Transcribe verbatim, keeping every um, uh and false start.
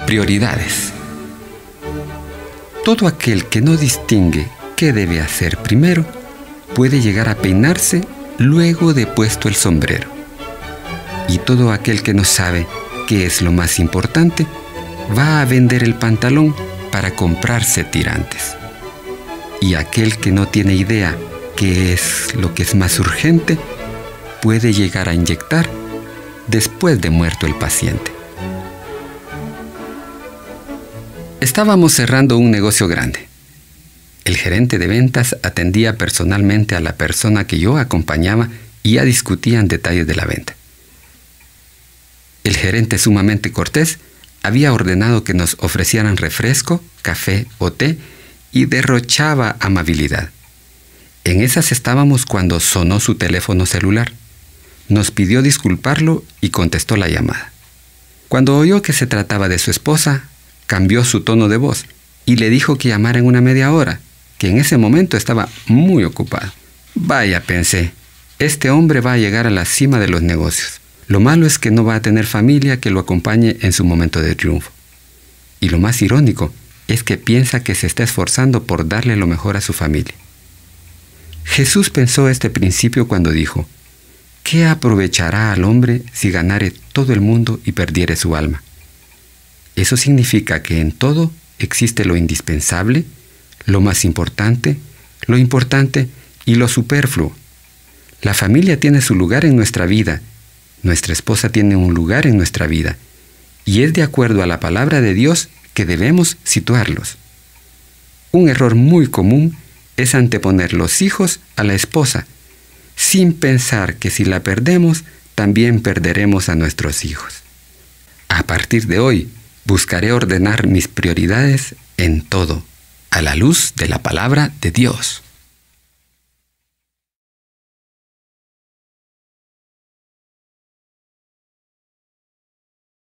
Prioridades. Todo aquel que no distingue qué debe hacer primero puede llegar a peinarse luego de puesto el sombrero. Y todo aquel que no sabe qué es lo más importante va a vender el pantalón para comprarse tirantes. Y aquel que no tiene idea qué es lo que es más urgente puede llegar a inyectar después de muerto el paciente. Estábamos cerrando un negocio grande. El gerente de ventas atendía personalmente a la persona que yo acompañaba y ya discutían detalles de la venta. El gerente, sumamente cortés, había ordenado que nos ofrecieran refresco, café o té y derrochaba amabilidad. En esas estábamos cuando sonó su teléfono celular. Nos pidió disculparlo y contestó la llamada. Cuando oyó que se trataba de su esposa, cambió su tono de voz y le dijo que llamara en una media hora, que en ese momento estaba muy ocupado. Vaya, pensé, este hombre va a llegar a la cima de los negocios. Lo malo es que no va a tener familia que lo acompañe en su momento de triunfo. Y lo más irónico es que piensa que se está esforzando por darle lo mejor a su familia. Jesús pensó este principio cuando dijo: ¿qué aprovechará al hombre si ganare todo el mundo y perdiere su alma? Eso significa que en todo existe lo indispensable, lo más importante, lo importante y lo superfluo. La familia tiene su lugar en nuestra vida, nuestra esposa tiene un lugar en nuestra vida, y es de acuerdo a la palabra de Dios que debemos situarlos. Un error muy común es anteponer los hijos a la esposa, sin pensar que si la perdemos, también perderemos a nuestros hijos. A partir de hoy, buscaré ordenar mis prioridades en todo, a la luz de la palabra de Dios.